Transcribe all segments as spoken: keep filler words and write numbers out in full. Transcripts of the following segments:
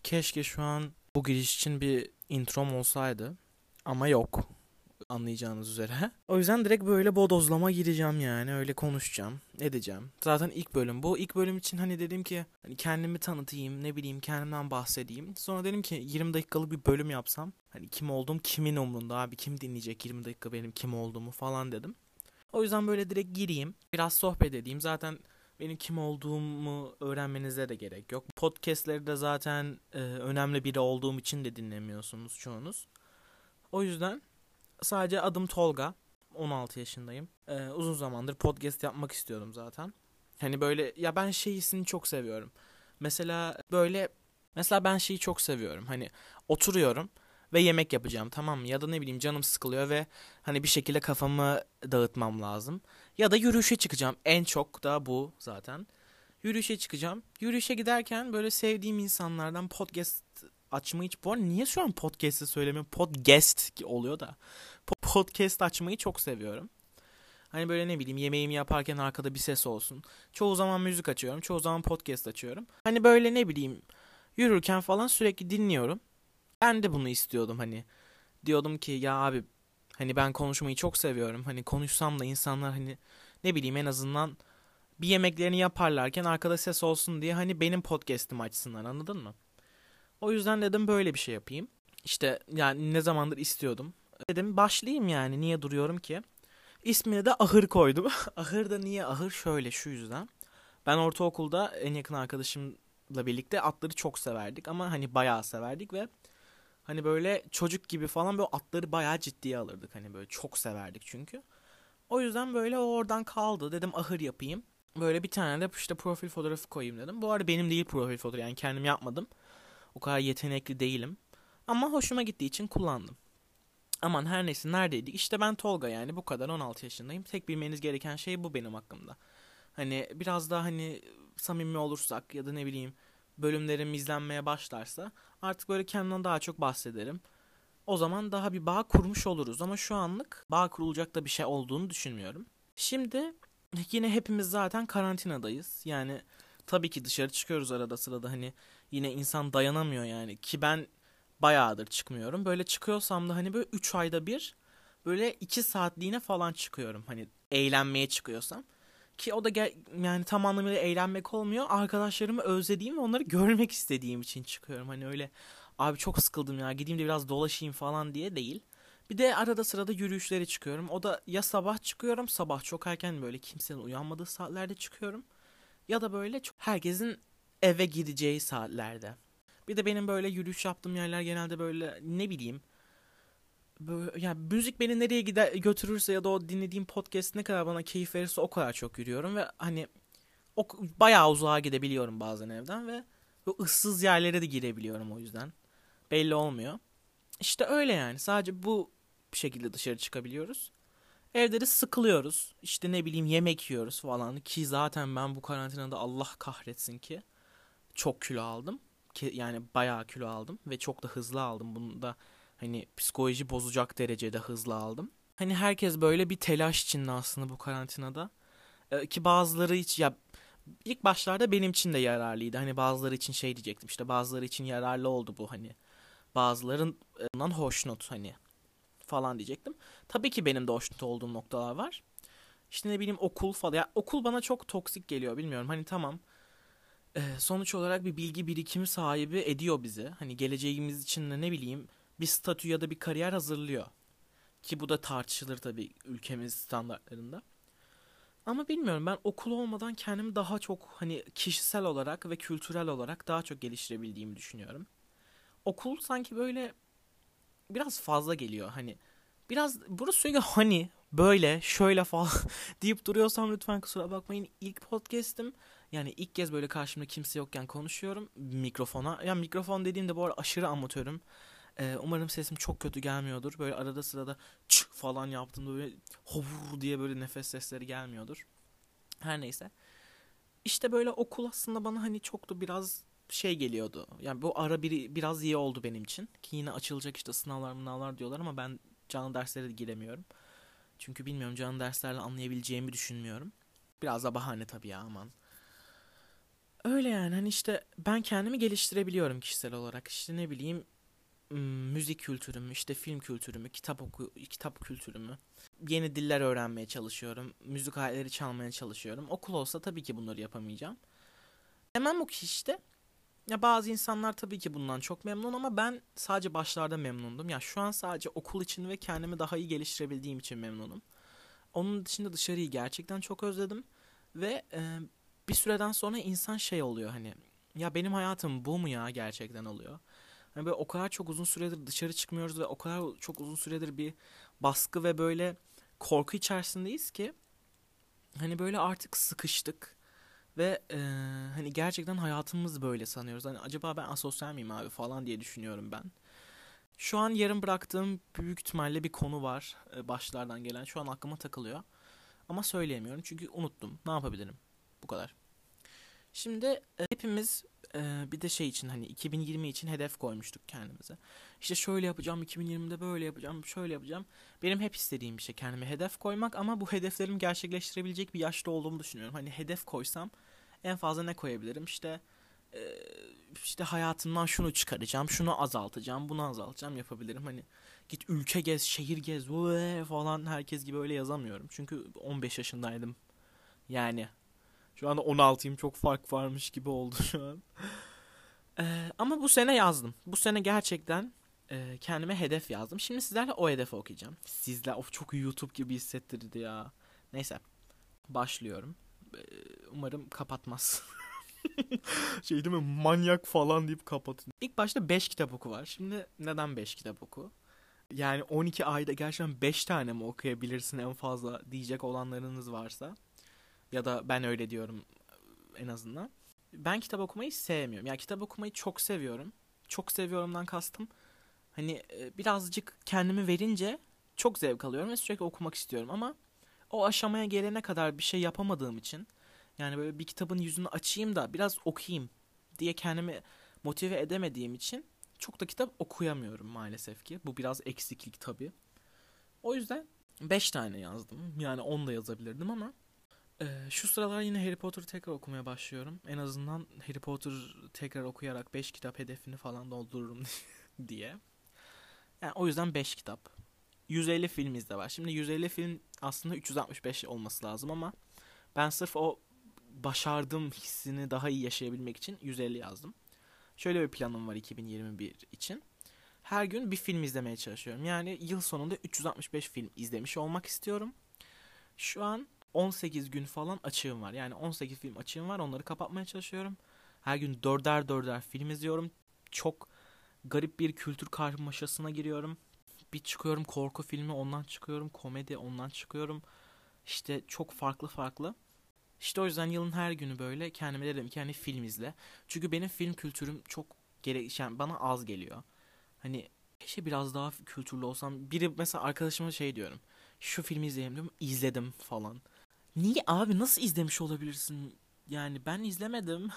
Keşke şu an bu giriş için bir introm olsaydı. Ama yok. Anlayacağınız üzere. O yüzden direkt böyle bodozlama gireceğim yani. Öyle konuşacağım. Edeceğim. Zaten ilk bölüm bu. İlk bölüm için hani dedim ki hani kendimi tanıtayım. Ne bileyim kendimden bahsedeyim. Sonra dedim ki yirmi dakikalık bir bölüm yapsam. Hani kim olduğum kimin umrunda abi. Kim dinleyecek yirmi dakika benim kim olduğumu falan dedim. O yüzden böyle direkt gireyim. Biraz sohbet edeyim. Zaten benim kim olduğumu öğrenmenize de gerek yok. Podcast'leri de zaten e, önemli biri olduğum için de dinlemiyorsunuz çoğunuz. O yüzden sadece adım Tolga. on altı yaşındayım. E, uzun zamandır podcast yapmak istiyordum zaten. Hani böyle ya ben şeyisini çok seviyorum. Mesela böyle mesela ben şeyi çok seviyorum. Hani oturuyorum ve yemek yapacağım, tamam mı? Ya da ne bileyim canım sıkılıyor ve hani bir şekilde kafamı dağıtmam lazım. Ya da yürüyüşe çıkacağım. En çok da bu zaten. Yürüyüşe çıkacağım. Yürüyüşe giderken böyle sevdiğim insanlardan podcast açmayı hiç... Bu arada niye şu an podcast'ı söylemiyorum? Podcast oluyor da. Podcast açmayı çok seviyorum. Hani böyle ne bileyim yemeğimi yaparken arkada bir ses olsun. Çoğu zaman müzik açıyorum. Çoğu zaman podcast açıyorum. Hani böyle ne bileyim yürürken falan sürekli dinliyorum. Ben de bunu istiyordum hani. Diyordum ki ya abi hani ben konuşmayı çok seviyorum. Hani konuşsam da insanlar hani ne bileyim en azından bir yemeklerini yaparlarken arkada ses olsun diye hani benim podcast'imi açsınlar, anladın mı? O yüzden dedim böyle bir şey yapayım. İşte yani ne zamandır istiyordum. Dedim başlayayım yani, niye duruyorum ki? İsmine de Ahır koydum. Ahır da niye Ahır? Şöyle şu yüzden. Ben ortaokulda en yakın arkadaşımla birlikte atları çok severdik ama hani bayağı severdik ve hani böyle çocuk gibi falan böyle atları bayağı ciddiye alırdık. Hani böyle çok severdik çünkü. O yüzden böyle o oradan kaldı. Dedim Ahır yapayım. Böyle bir tane de işte profil fotoğrafı koyayım dedim. Bu arada benim değil profil fotoğrafı, yani kendim yapmadım. O kadar yetenekli değilim. Ama hoşuma gittiği için kullandım. Aman her neyse, neredeydik? İşte ben Tolga, yani bu kadar, on altı yaşındayım. Tek bilmeniz gereken şey bu benim hakkımda. Hani biraz daha hani samimi olursak ya da ne bileyim bölümlerim izlenmeye başlarsa artık böyle kendimden daha çok bahsederim. O zaman daha bir bağ kurmuş oluruz ama şu anlık bağ kurulacak da bir şey olduğunu düşünmüyorum. Şimdi yine hepimiz zaten karantinadayız. Yani tabii ki dışarı çıkıyoruz arada sırada, hani yine insan dayanamıyor yani, ki ben bayağıdır çıkmıyorum. Böyle çıkıyorsam da hani böyle üç ayda bir böyle iki saatliğine falan çıkıyorum. Hani eğlenmeye çıkıyorsam. Ki o da gel- yani tam anlamıyla eğlenmek olmuyor. Arkadaşlarımı özlediğim ve onları görmek istediğim için çıkıyorum. Hani öyle abi çok sıkıldım ya gideyim de biraz dolaşayım falan diye değil. Bir de arada sırada yürüyüşlere çıkıyorum. O da ya sabah çıkıyorum, sabah çok erken böyle kimsenin uyanmadığı saatlerde çıkıyorum. Ya da böyle çok herkesin eve gideceği saatlerde. Bir de benim böyle yürüyüş yaptığım yerler genelde böyle ne bileyim böyle, yani müzik beni nereye gider götürürse ya da o dinlediğim podcast ne kadar bana keyif verirse o kadar çok yürüyorum ve hani o bayağı uzağa gidebiliyorum bazen evden ve bu ıssız yerlere de girebiliyorum o yüzden. Belli olmuyor. İşte öyle yani. Sadece bu şekilde dışarı çıkabiliyoruz. Evde de sıkılıyoruz. İşte ne bileyim yemek yiyoruz falan. Ki zaten ben bu karantinada Allah kahretsin ki çok kilo aldım. Ki yani bayağı kilo aldım ve çok da hızlı aldım. Bunu da hani psikoloji bozacak derecede hızlı aldım. Hani herkes böyle bir telaş içinde aslında bu karantinada. Ee, ki bazıları hiç ya ilk başlarda benim için de yararlıydı. Hani bazıları için şey diyecektim, işte bazıları için yararlı oldu bu hani. Bazılarından hoşnut hani falan diyecektim. Tabii ki benim de hoşnut olduğum noktalar var. İşte ne bileyim okul falan. Ya okul bana çok toksik geliyor, bilmiyorum. Hani tamam. Ee, sonuç olarak bir bilgi birikimi sahibi ediyor bizi. Hani geleceğimiz için de ne bileyim bir statü ya da bir kariyer hazırlıyor. Ki bu da tartışılır tabii ülkemiz standartlarında. Ama bilmiyorum, ben okul olmadan kendimi daha çok hani kişisel olarak ve kültürel olarak daha çok geliştirebildiğimi düşünüyorum. Okul sanki böyle biraz fazla geliyor hani. Biraz burası sürekli hani böyle şöyle falan deyip duruyorsam lütfen kusura bakmayın. İlk podcast'im, yani ilk kez böyle karşımda kimse yokken konuşuyorum mikrofona. Ya mikrofon dediğimde bu arada aşırı amatörüm. Ee, umarım sesim çok kötü gelmiyordur. Böyle arada sırada çık falan yaptığımda böyle hovur diye böyle nefes sesleri gelmiyordur. Her neyse. İşte böyle okul aslında bana hani çok da biraz şey geliyordu. Yani bu ara biri biraz iyi oldu benim için. Ki yine açılacak işte sınavlar mınavlar diyorlar ama ben canlı derslere de giremiyorum. Çünkü bilmiyorum, canlı derslerle anlayabileceğimi düşünmüyorum. Biraz da bahane tabii ya, aman. Öyle yani, hani işte ben kendimi geliştirebiliyorum kişisel olarak. İşte ne bileyim, m, müzik kültürümü, işte film kültürümü, kitap oku kitap kültürümü, yeni diller öğrenmeye çalışıyorum. Müzik aletleri çalmaya çalışıyorum. Okul olsa tabii ki bunları yapamayacağım. Demem o ki işte. Ya bazı insanlar tabii ki bundan çok memnun ama ben sadece başlarda memnundum. Ya şu an sadece okul için ve kendimi daha iyi geliştirebildiğim için memnunum. Onun dışında dışarıyı gerçekten çok özledim. Ve e, bir süreden sonra insan şey oluyor, hani ya benim hayatım bu mu ya, gerçekten oluyor. Hani böyle o kadar çok uzun süredir dışarı çıkmıyoruz ve o kadar çok uzun süredir bir baskı ve böyle korku içerisindeyiz ki hani böyle artık sıkıştık. Ve e, hani gerçekten hayatımız böyle sanıyoruz. Hani acaba ben asosyal miyim abi falan diye düşünüyorum ben. Şu an yarım bıraktığım büyük ihtimalle bir konu var, e, başlardan gelen. Şu an aklıma takılıyor. Ama söyleyemiyorum çünkü unuttum. Ne yapabilirim? Bu kadar. Şimdi e, hepimiz e, bir de şey için, hani iki bin yirmi için hedef koymuştuk kendimize. İşte şöyle yapacağım, iki bin yirmide böyle yapacağım, şöyle yapacağım. Benim hep istediğim bir şey kendime hedef koymak ama bu hedeflerimi gerçekleştirebilecek bir yaşta olduğumu düşünüyorum. Hani hedef koysam en fazla ne koyabilirim? İşte e, işte hayatımdan şunu çıkaracağım, şunu azaltacağım, bunu azaltacağım yapabilirim. Hani git ülke gez, şehir gez vee falan herkes gibi öyle yazamıyorum. Çünkü on beş yaşındaydım. Yani şu anda on altıyım, çok fark varmış gibi oldu şu an. Ee, ama bu sene yazdım. Bu sene gerçekten e, kendime hedef yazdım. Şimdi sizlerle o hedefi okuyacağım. Sizler, of çok YouTube gibi hissettirdi ya. Neyse, başlıyorum. Ee, umarım kapatmaz. Şey değil mi, manyak falan deyip kapatın. İlk başta beş kitap oku var. Şimdi neden beş kitap oku? Yani on iki ayda gerçekten beş tane mi okuyabilirsin en fazla diyecek olanlarınız varsa. Ya da ben öyle diyorum en azından. Ben kitap okumayı sevmiyorum. Yani kitap okumayı çok seviyorum. Çok seviyorumdan kastım, hani e, birazcık kendimi verince çok zevk alıyorum ve sürekli okumak istiyorum ama o aşamaya gelene kadar bir şey yapamadığım için, yani böyle bir kitabın yüzünü açayım da biraz okuyayım diye kendimi motive edemediğim için çok da kitap okuyamıyorum maalesef ki. Bu biraz eksiklik tabii. O yüzden beş tane yazdım. Yani on da yazabilirdim ama Ee, şu sıralar yine Harry Potter'ı tekrar okumaya başlıyorum. En azından Harry Potter tekrar okuyarak beş kitap hedefini falan doldururum diye. Yani o yüzden beş kitap. yüz elli film izle var. Şimdi yüz elli film aslında üç yüz altmış beş olması lazım ama ben sırf o başardım hissini daha iyi yaşayabilmek için yüz elli yazdım. Şöyle bir planım var iki bin yirmi bir için. Her gün bir film izlemeye çalışıyorum. Yani yıl sonunda üç yüz altmış beş film izlemiş olmak istiyorum. Şu an on sekiz gün falan açığım var. Yani on sekiz film açığım var. Onları kapatmaya çalışıyorum. Her gün dörder dörder film izliyorum. Çok garip bir kültür karmaşasına giriyorum. Bir çıkıyorum korku filmi, ondan çıkıyorum. Komedi, ondan çıkıyorum. İşte çok farklı farklı. İşte o yüzden yılın her günü böyle kendime dedim ki hani film izle. Çünkü benim film kültürüm çok gere yani bana az geliyor. Hani keşke biraz daha kültürlü olsam. Biri mesela arkadaşıma şey diyorum. Şu filmi izleyelim diyorum. İzledim falan. Niye abi, nasıl izlemiş olabilirsin? Yani ben izlemedim.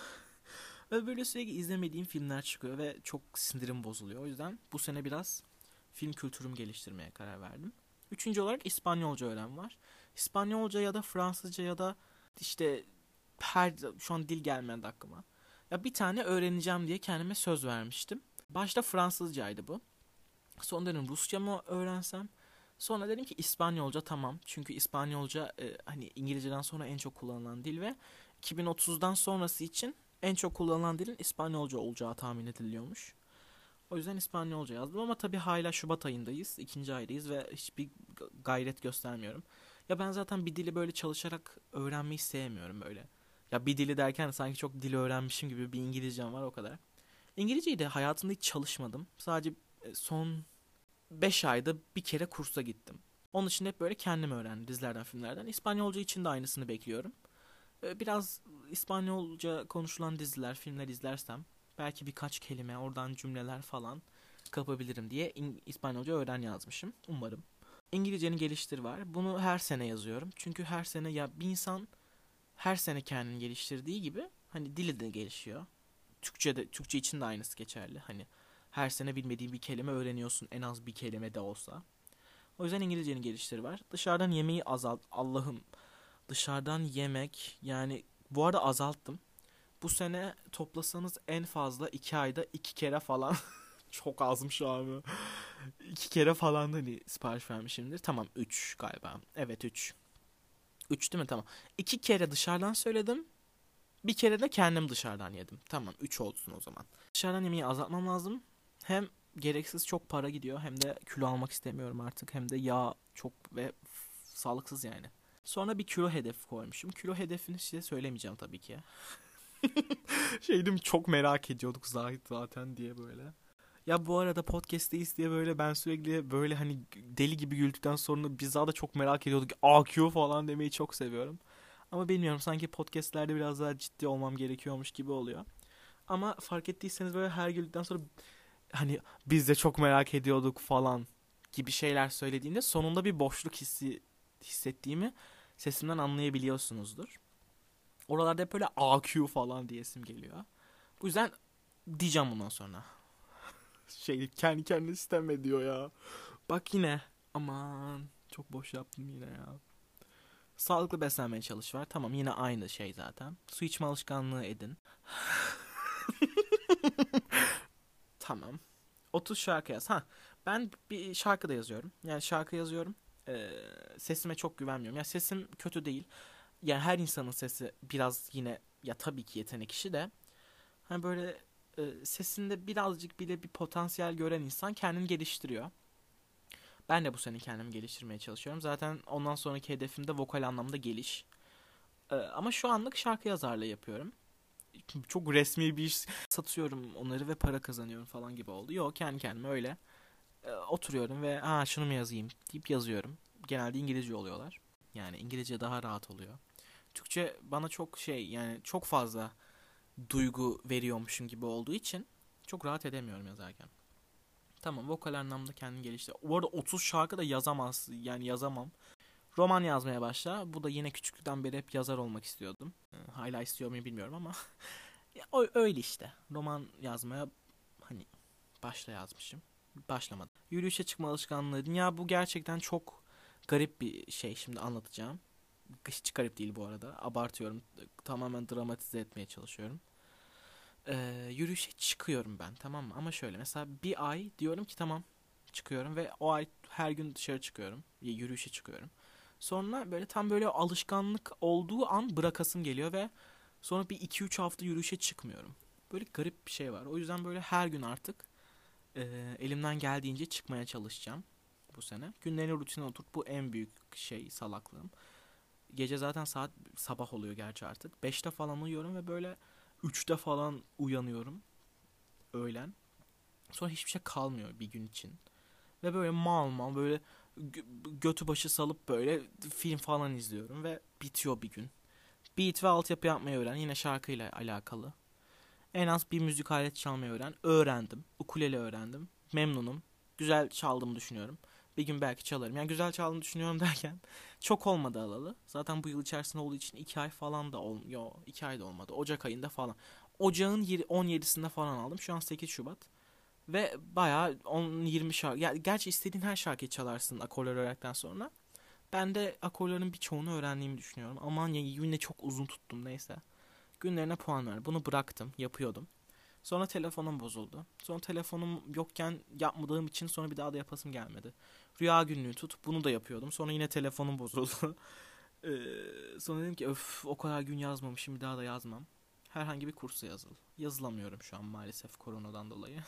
Ve böyle sürekli izlemediğim filmler çıkıyor ve çok sindirim bozuluyor. O yüzden bu sene biraz film kültürümü geliştirmeye karar verdim. Üçüncü olarak İspanyolca öğren var. İspanyolca ya da Fransızca ya da işte her şu an dil gelmedi aklıma. Ya bir tane öğreneceğim diye kendime söz vermiştim. Başta Fransızcaydı bu. Sonra dedim Rusça mı öğrensem? Sonra dedim ki İspanyolca tamam. Çünkü İspanyolca e, hani İngilizceden sonra en çok kullanılan dil ve iki bin otuzdan sonrası için en çok kullanılan dilin İspanyolca olacağı tahmin ediliyormuş. O yüzden İspanyolca yazdım ama tabii hala Şubat ayındayız. İkinci aydayız ve hiçbir gayret göstermiyorum. Ya ben zaten bir dili böyle çalışarak öğrenmeyi sevmiyorum böyle. Ya bir dili derken sanki çok dil öğrenmişim gibi bir İngilizcem var, o kadar. İngilizceyi de hayatımda hiç çalışmadım. Sadece e, son beş ayda bir kere kursa gittim. Onun için hep böyle kendim öğrendim dizilerden, filmlerden. İspanyolca için de aynısını bekliyorum. Ee, Biraz İspanyolca konuşulan diziler, filmler izlersem belki birkaç kelime, oradan cümleler falan kapabilirim diye İng- İspanyolca öğren yazmışım. Umarım. İngilizceni geliştir var. Bunu her sene yazıyorum. Çünkü her sene, ya bir insan her sene kendini geliştirdiği gibi hani dili de gelişiyor. Türkçe de, Türkçe için de aynısı geçerli. Hani her sene bilmediğin bir kelime öğreniyorsun, en az bir kelime de olsa. O yüzden İngilizcenin geliştiri var. Dışarıdan yemeği azalt. Allah'ım, dışarıdan yemek, yani bu arada azalttım. Bu sene toplasanız en fazla iki ayda iki kere falan çok azmış abi. iki kere falan hani sipariş vermişimdir. Tamam üç galiba. Evet üç. üç değil mi? Tamam. iki kere dışarıdan söyledim. Bir kere de kendim dışarıdan yedim. Tamam üç olsun o zaman. Dışarıdan yemeği azaltmam lazım. Hem gereksiz çok para gidiyor hem de kilo almak istemiyorum artık. Hem de yağ çok ve f- sağlıksız yani. Sonra bir kilo hedefi koymuşum. Kilo hedefini size söylemeyeceğim tabii ki. Şeydim çok merak ediyorduk zaten diye böyle. Ya bu arada podcast'teyiz diye böyle ben sürekli böyle hani deli gibi güldükten sonra biz daha da çok merak ediyorduk. A Q falan demeyi çok seviyorum. Ama bilmiyorum sanki podcast'lerde biraz daha ciddi olmam gerekiyormuş gibi oluyor. Ama fark ettiyseniz böyle her güldükten sonra hani biz de çok merak ediyorduk falan gibi şeyler söylediğinde sonunda bir boşluk hissi hissettiğimi sesimden anlayabiliyorsunuzdur. Oralarda hep böyle A Q falan diyesim geliyor. Bu yüzden diyeceğim bundan sonra. Şey kendi kendine sistem ediyor ya. Bak yine. Aman çok boş yaptım yine ya. Sağlıklı beslenmeye çalış var. Tamam yine aynı şey zaten. Su içme alışkanlığı edin. Tamam. otuz şarkı yaz. Ha, ben bir şarkı da yazıyorum. Yani şarkı yazıyorum. Ee, sesime çok güvenmiyorum. Ya sesim kötü değil. Yani her insanın sesi biraz yine ya tabii ki yetenek işi de. Hani böyle e, sesinde birazcık bile bir potansiyel gören insan kendini geliştiriyor. Ben de bu sene kendimi geliştirmeye çalışıyorum. Zaten ondan sonraki hedefim de vokal anlamda geliş. Ee, ama şu anlık şarkı yazarlığı yapıyorum. Çok resmi bir iş satıyorum onları ve para kazanıyorum falan gibi oldu. Yok kendi kendime öyle. Ee, oturuyorum ve ha şunu mu yazayım deyip yazıyorum. Genelde İngilizce oluyorlar. Yani İngilizce daha rahat oluyor. Türkçe bana çok şey yani çok fazla duygu veriyormuşum gibi olduğu için çok rahat edemiyorum yazarken. Tamam vokal anlamda kendini geliştir. Bu arada otuz şarkı da yazamaz yani yazamam. Roman yazmaya başla. Bu da yine küçüklükten beri hep yazar olmak istiyordum. Ee, Hala istiyor muyum bilmiyorum ama ya, öyle işte. Roman yazmaya hani başla yazmışım. Başlamadım. Yürüyüşe çıkma alışkanlığı. Ya bu gerçekten çok garip bir şey şimdi anlatacağım. Hiç garip değil bu arada. Abartıyorum. Tamamen dramatize etmeye çalışıyorum. Ee, yürüyüşe çıkıyorum ben tamam mı? Ama şöyle mesela bir ay diyorum ki tamam çıkıyorum ve o ay her gün dışarı çıkıyorum. Yürüyüşe çıkıyorum. Sonra böyle tam böyle alışkanlık olduğu an bırakasım geliyor ve sonra bir iki üç hafta yürüyüşe çıkmıyorum. Böyle garip bir şey var. O yüzden böyle her gün artık e, elimden geldiğince çıkmaya çalışacağım bu sene. Günlerini rutine oturt. Bu en büyük şey salaklığım. Gece zaten saat sabah oluyor gerçi artık. Beşte falan uyuyorum ve böyle üçte falan uyanıyorum öğlen. Sonra hiçbir şey kalmıyor bir gün için. Ve böyle mal mal böyle götü başı salıp böyle film falan izliyorum ve bitiyor bir gün. Beat ve altyapı yapmayı öğren. Yine şarkıyla alakalı. En az bir müzik aleti çalmayı öğren. Öğrendim. Ukulele öğrendim. Memnunum. Güzel çaldığımı düşünüyorum. Bir gün belki çalarım. Yani güzel çaldığımı düşünüyorum derken çok olmadı alalı. Zaten bu yıl içerisinde olduğu için iki ay falan da olmuyor. iki ay da olmadı. Ocak ayında falan. Ocağın on yedisinde falan aldım. Şu an sekiz Şubat. Ve bayağı on yirmi şarkı. Ya, gerçi istediğin her şarkıyı çalarsın akorları öğrendikten sonra. Ben de akorların birçoğunu öğrendiğimi düşünüyorum. Aman ya yine çok uzun tuttum neyse. Günlerine puan ver. Bunu bıraktım. Yapıyordum. Sonra telefonum bozuldu. Sonra telefonum yokken yapmadığım için sonra bir daha da yapasım gelmedi. Rüya günlüğü tut. Bunu da yapıyordum. Sonra yine telefonum bozuldu. ee, sonra dedim ki öf o kadar gün yazmamışım bir daha da yazmam. Herhangi bir kursa yazıl. Yazılamıyorum şu an maalesef koronadan dolayı.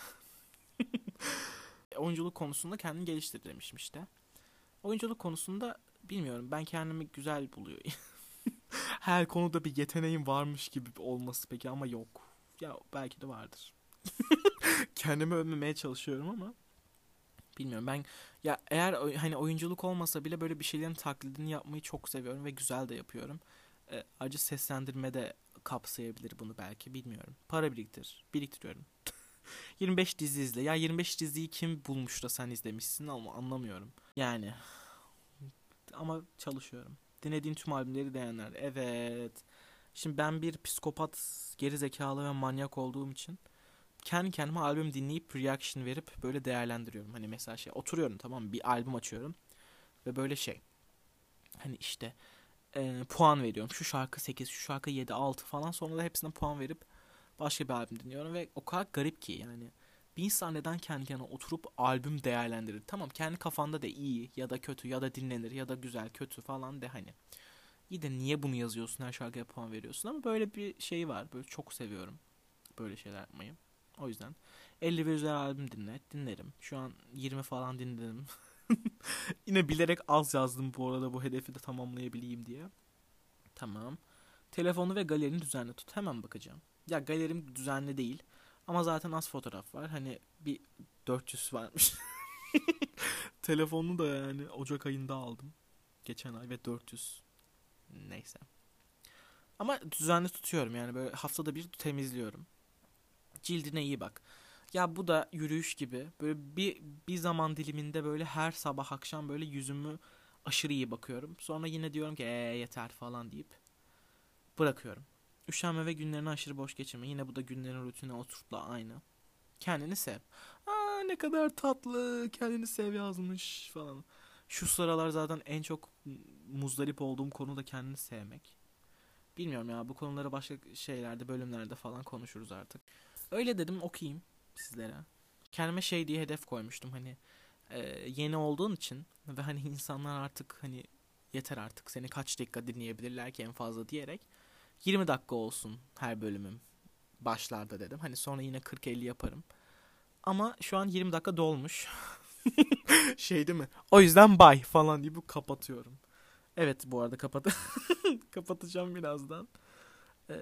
Oyunculuk konusunda kendini geliştir demişim işte. Oyunculuk konusunda bilmiyorum ben kendimi güzel buluyorum. Her konuda bir yeteneğim varmış gibi olması peki ama yok. Ya belki de vardır. Kendimi övmemeye çalışıyorum ama bilmiyorum ben ya eğer hani oyunculuk olmasa bile böyle bir şeylerin taklidini yapmayı çok seviyorum ve güzel de yapıyorum. E, ayrıca seslendirme de kapsayabilir bunu belki bilmiyorum. Para biriktir. Biriktiriyorum. yirmi beş dizi izle. Ya yirmi beş diziyi kim bulmuş da sen izlemişsin ama anlamıyorum. Yani ama çalışıyorum. Dinlediğin tüm albümleri beğenler. Evet. Şimdi ben bir psikopat, geri zekalı ve manyak olduğum için kendi kendime albüm dinleyip reaction verip böyle değerlendiriyorum. Hani mesela şey oturuyorum tamam mı? Bir albüm açıyorum ve böyle şey. Hani işte e, puan veriyorum. Şu şarkı sekiz, şu şarkı yedi, altı falan. Sonra da hepsine puan verip başka bir albüm dinliyorum ve o kadar garip ki yani. Bir insan neden kendi kendine oturup albüm değerlendirir? Tamam, kendi kafanda da iyi ya da kötü ya da dinlenir ya da güzel kötü falan de hani. İyi de niye bunu yazıyorsun, her şarkıya puan veriyorsun? Ama böyle bir şey var. Böyle çok seviyorum böyle şeyler yapmayı. O yüzden elli ve üzeri albüm dinle, dinlerim. Şu an yirmi falan dinledim. Yine bilerek az yazdım bu arada, bu hedefi de tamamlayabileyim diye. Tamam. Telefonu ve galerini düzenli tut. Hemen bakacağım. Ya galerim düzenli değil. Ama zaten az fotoğraf var. Hani bir dört yüz varmış. Telefonu da yani Ocak ayında aldım. Geçen ay ve dört yüz. Neyse. Ama düzenli tutuyorum yani, böyle haftada bir temizliyorum. Cildine iyi bak. Ya bu da yürüyüş gibi. Böyle bir bir zaman diliminde böyle her sabah akşam böyle yüzümü aşırı iyi bakıyorum. Sonra yine diyorum ki ee, yeter falan deyip bırakıyorum. Üşenme ve günlerini aşırı boş geçirme. Yine bu da günlerin rutine oturtla aynı. Kendini sev. Aa, ne kadar tatlı. Kendini sev yazmış falan. Şu sıralar zaten en çok muzdarip olduğum konu da kendini sevmek. Bilmiyorum ya, bu konuları başka şeylerde, bölümlerde falan konuşuruz artık. Öyle dedim, okuyayım sizlere. Kendime şey diye hedef koymuştum, hani e, yeni olduğun için ve hani insanlar artık hani yeter artık, seni kaç dakika dinleyebilirler ki en fazla diyerek yirmi dakika olsun her bölümüm başlarda dedim. Hani sonra yine kırk elli yaparım. Ama şu an yirmi dakika dolmuş. Şey değil mi? O yüzden bye falan deyip kapatıyorum. Evet, bu arada kapat kapatacağım birazdan. Ee,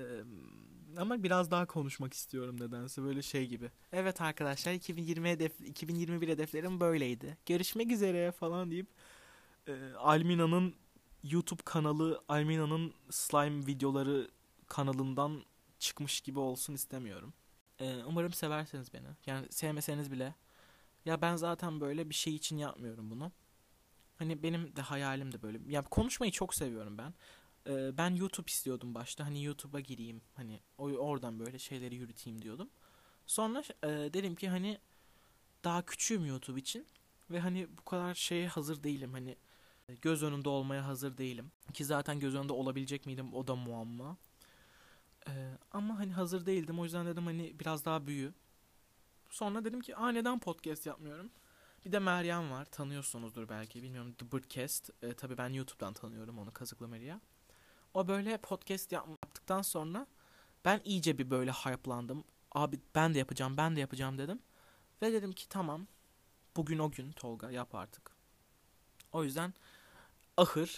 ama biraz daha konuşmak istiyorum nedense, böyle şey gibi. Evet arkadaşlar, iki bin yirmi hedef iki bin yirmi bir hedeflerim böyleydi. Görüşmek üzere falan deyip e, Almina'nın YouTube kanalı, Almina'nın slime videoları kanalından çıkmış gibi olsun istemiyorum. Ee, umarım severseniz beni. Yani sevmeseniz bile. Ya ben zaten böyle bir şey için yapmıyorum bunu. Hani benim de hayalim de böyle. Ya konuşmayı çok seviyorum ben. Ee, ben YouTube istiyordum başta. Hani YouTube'a gireyim. Hani oradan böyle şeyleri yürüteyim diyordum. Sonra e, dedim ki hani daha küçüğüm YouTube için. Ve hani bu kadar şeye hazır değilim. Hani göz önünde olmaya hazır değilim. Ki zaten göz önünde olabilecek miydim, o da muamma. Ee, ama hani hazır değildim. O yüzden dedim hani biraz daha büyü. Sonra dedim ki aa, neden podcast yapmıyorum? Bir de Meryem var. Tanıyorsunuzdur belki. Bilmiyorum, The Birdcast. Ee, tabii ben YouTube'dan tanıyorum onu, Kazıklı Maria. O böyle podcast yaptıktan sonra ben iyice bir böyle hype'landım. Abi ben de yapacağım, ben de yapacağım dedim. Ve dedim ki tamam. Bugün o gün Tolga, yap artık. O yüzden ahır.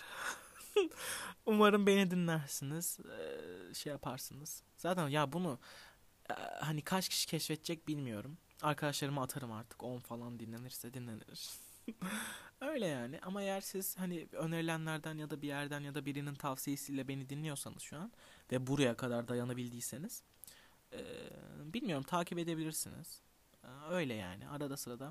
Umarım beni dinlersiniz. Ee, şey yaparsınız. Zaten ya bunu e, hani kaç kişi keşfedecek bilmiyorum. Arkadaşlarıma atarım artık. on falan dinlenirse dinlenir. Öyle yani. Ama eğer siz hani önerilenlerden ya da bir yerden ya da birinin tavsiyesiyle beni dinliyorsanız şu an ve buraya kadar dayanabildiyseniz e, bilmiyorum, takip edebilirsiniz. E, öyle yani. Arada sırada.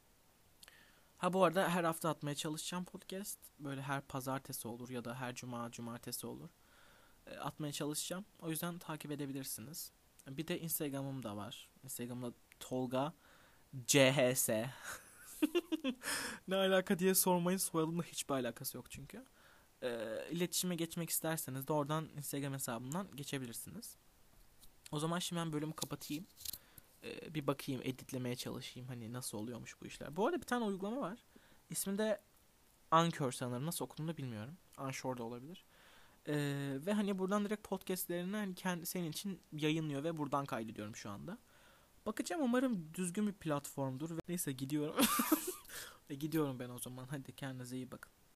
Ha bu arada her hafta atmaya çalışacağım podcast. Böyle her pazartesi olur ya da her cuma cumartesi olur. E, atmaya çalışacağım. O yüzden takip edebilirsiniz. Bir de Instagram'ım da var. Instagram'da Tolga C H S. Ne alaka diye sormayın. Soyadımla hiçbir alakası yok çünkü. E, iletişime geçmek isterseniz de oradan Instagram hesabımdan geçebilirsiniz. O zaman şimdi ben bölümü kapatayım. E, bir bakayım, editlemeye çalışayım. Hani nasıl oluyormuş bu işler. Bu arada bir tane uygulama var. İsmi de Anchor sanırım. Nasıl okunduğunu bilmiyorum. Anchor da olabilir. Ee, ve hani buradan direkt podcastlerini hani kendi senin için yayınlıyor ve buradan kaydediyorum şu anda. Bakacağım, umarım düzgün bir platformdur. Ve neyse gidiyorum. e, gidiyorum ben o zaman. Hadi kendinize iyi bakın.